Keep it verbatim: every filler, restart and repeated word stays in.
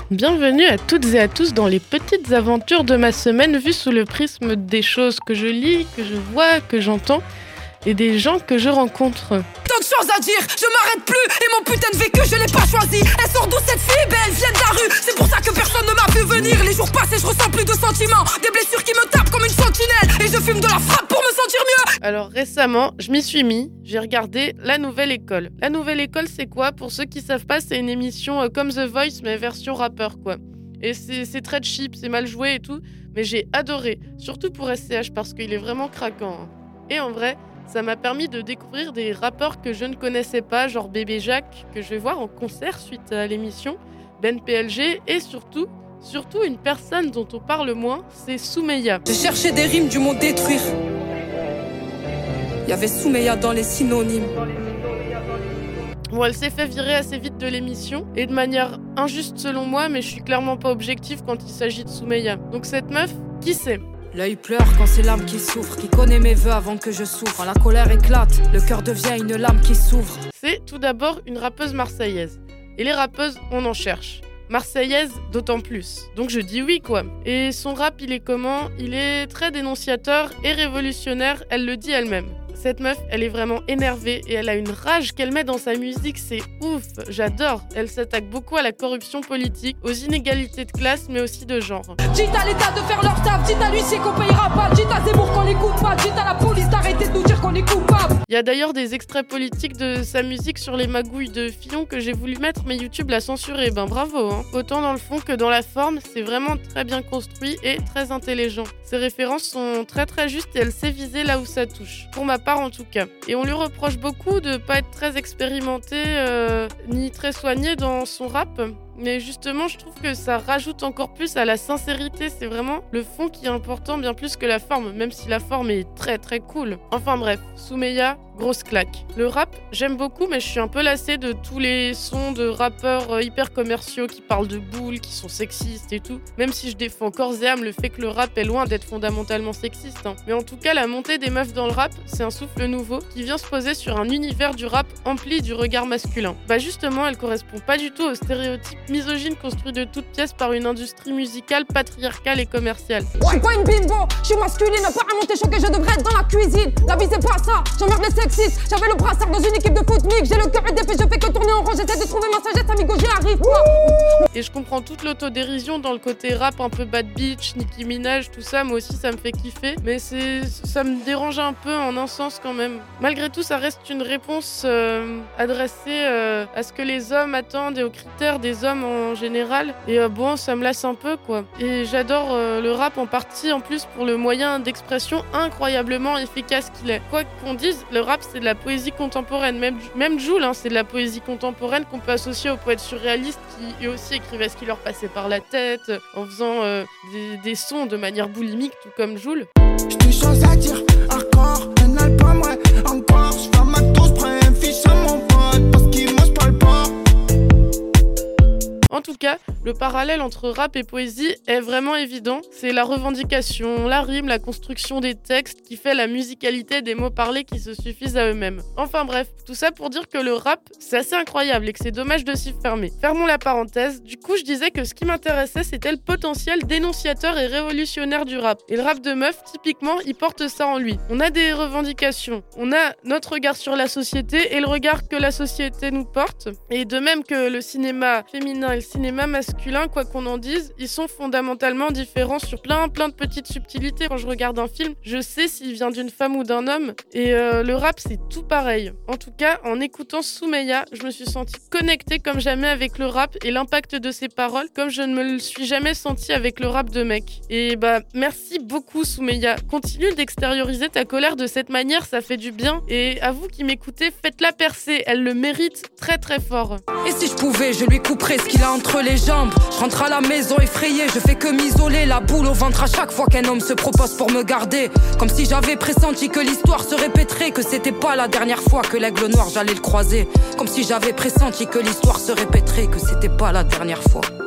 Bienvenue à toutes et à tous dans les petites aventures de ma semaine vues sous le prisme des choses que je lis, que je vois, que j'entends et des gens que je rencontre. Tant de choses à dire, je m'arrête plus et mon putain de vécu je l'ai pas choisi. Elle sort d'où cette fille belle, vient de la rue, c'est pour ça que personne ne m'a vu venir. Les jours passent et je ressens plus de sentiments, des blessures qui me tapent comme une sentinelle et je fume de la frappe pour me sentir mieux. Alors récemment, je m'y suis mis, j'ai regardé La Nouvelle École. La Nouvelle École, c'est quoi? Pour ceux qui savent pas, c'est une émission euh, comme The Voice mais version rappeur quoi. Et c'est, c'est très cheap, c'est mal joué et tout, mais j'ai adoré, surtout pour S C H parce qu'il est vraiment craquant. Hein. Et en vrai, ça m'a permis de découvrir des rappeurs que je ne connaissais pas, genre Bébé Jacques, que je vais voir en concert suite à l'émission, Ben P L G, et surtout, surtout une personne dont on parle moins, c'est Soumeya. J'ai cherché des rimes du mot détruire. Il y avait Soumeya dans les synonymes. Bon, elle s'est fait virer assez vite de l'émission, et de manière injuste selon moi, mais je suis clairement pas objectif quand il s'agit de Soumeya. Donc cette meuf, qui c'est ? L'œil pleure quand c'est l'âme qui souffre, qui connaît mes vœux avant que je souffre. Quand la colère éclate, le cœur devient une lame qui s'ouvre. C'est tout d'abord une rappeuse marseillaise. Et les rappeuses, on en cherche. Marseillaise, d'autant plus. Donc je dis oui, quoi. Et son rap, il est comment ? Il est très dénonciateur et révolutionnaire, elle le dit elle-même. Cette meuf, elle est vraiment énervée et elle a une rage qu'elle met dans sa musique, c'est ouf, j'adore. Elle s'attaque beaucoup à la corruption politique, aux inégalités de classe, mais aussi de genre. Dites à l'État de faire leur taf, dites à l'huissier qu'on payera pas, dites à Zemmour qu'on les coupe pas, dites à la police d'arrêter de nous dire qu'on est coupable. Il y a d'ailleurs des extraits politiques de sa musique sur les magouilles de Fillon que j'ai voulu mettre, mais YouTube l'a censuré, ben bravo. Hein. Autant dans le fond que dans la forme, c'est vraiment très bien construit et très intelligent. Ses références sont très très justes et elle sait viser là où ça touche. Pour ma part, en tout cas. Et on lui reproche beaucoup de pas être très expérimenté euh, ni très soigné dans son rap. Mais justement, je trouve que ça rajoute encore plus à la sincérité. C'est vraiment le fond qui est important, bien plus que la forme, même si la forme est très très cool. Enfin bref, Soumeya, grosse claque. Le rap, j'aime beaucoup, mais je suis un peu lassée de tous les sons de rappeurs hyper commerciaux qui parlent de boules, qui sont sexistes et tout. Même si je défends corps et âme le fait que le rap est loin d'être fondamentalement sexiste. Hein. Mais en tout cas, la montée des meufs dans le rap, c'est un souffle nouveau qui vient se poser sur un univers du rap empli du regard masculin. Bah justement, elle correspond pas du tout aux stéréotypes misogyne construit de toutes pièces par une industrie musicale patriarcale et commerciale. Je suis pas une bimbo, je suis masculine, pas à monter choqué, je devrais être dans la cuisine. La vie c'est pas ça, j'emmerde les sexistes. J'avais le brassard dans une équipe de foot mix, j'ai le cœur épais, je fais que tourner en rond, j'essaie de trouver ma sagesse, amigo, j'y arrive pas. Et je comprends toute l'autodérision dans le côté rap un peu bad bitch, Nicki Minaj, tout ça, moi aussi ça me fait kiffer. Mais c'est, ça me dérange un peu en un sens quand même. Malgré tout, ça reste une réponse euh, adressée euh, à ce que les hommes attendent et aux critères des hommes en général. Et euh, bon, ça me lasse un peu quoi. Et j'adore euh, le rap en partie en plus pour le moyen d'expression incroyablement efficace qu'il est. Quoi qu'on dise, le rap c'est de la poésie contemporaine. Même, même Jul, hein, c'est de la poésie contemporaine qu'on peut associer aux poètes surréalistes qui eux aussi écrivaient ce qui leur passait par la tête en faisant euh, des, des sons de manière boulimique, tout comme Jul. J'ai des choses à dire, hardcore, un album, ouais, encore. Je fais ma dose, prends un fiche à mon pote parce qu'il mange pas le porc. En tout cas, le parallèle entre rap et poésie est vraiment évident. C'est la revendication, la rime, la construction des textes qui fait la musicalité des mots parlés qui se suffisent à eux-mêmes. Enfin bref, tout ça pour dire que le rap, c'est assez incroyable et que c'est dommage de s'y fermer. Fermons la parenthèse. Du coup, je disais que ce qui m'intéressait, c'était le potentiel dénonciateur et révolutionnaire du rap. Et le rap de meuf, typiquement, il porte ça en lui. On a des revendications, on a notre regard sur la société et le regard que la société nous porte. Et de même que le cinéma féminin et le cinéma masculin, quoi qu'on en dise, ils sont fondamentalement différents sur plein plein de petites subtilités. Quand je regarde un film, je sais s'il vient d'une femme ou d'un homme. Et euh, le rap, c'est tout pareil. En tout cas, en écoutant Soumeya, je me suis sentie connectée comme jamais avec le rap et l'impact de ses paroles, comme je ne me le suis jamais sentie avec le rap de mec. Et bah, merci beaucoup Soumeya. Continue d'extérioriser ta colère de cette manière, ça fait du bien. Et à vous qui m'écoutez, faites-la percer. Elle le mérite très très fort. Et si je pouvais, je lui couperais ce qu'il a entre les jambes. Je rentre à la maison effrayé, je fais que m'isoler, la boule au ventre à chaque fois qu'un homme se propose pour me garder. Comme si j'avais pressenti que l'histoire se répéterait, que c'était pas la dernière fois que l'aigle noir j'allais le croiser. Comme si j'avais pressenti que l'histoire se répéterait, que c'était pas la dernière fois.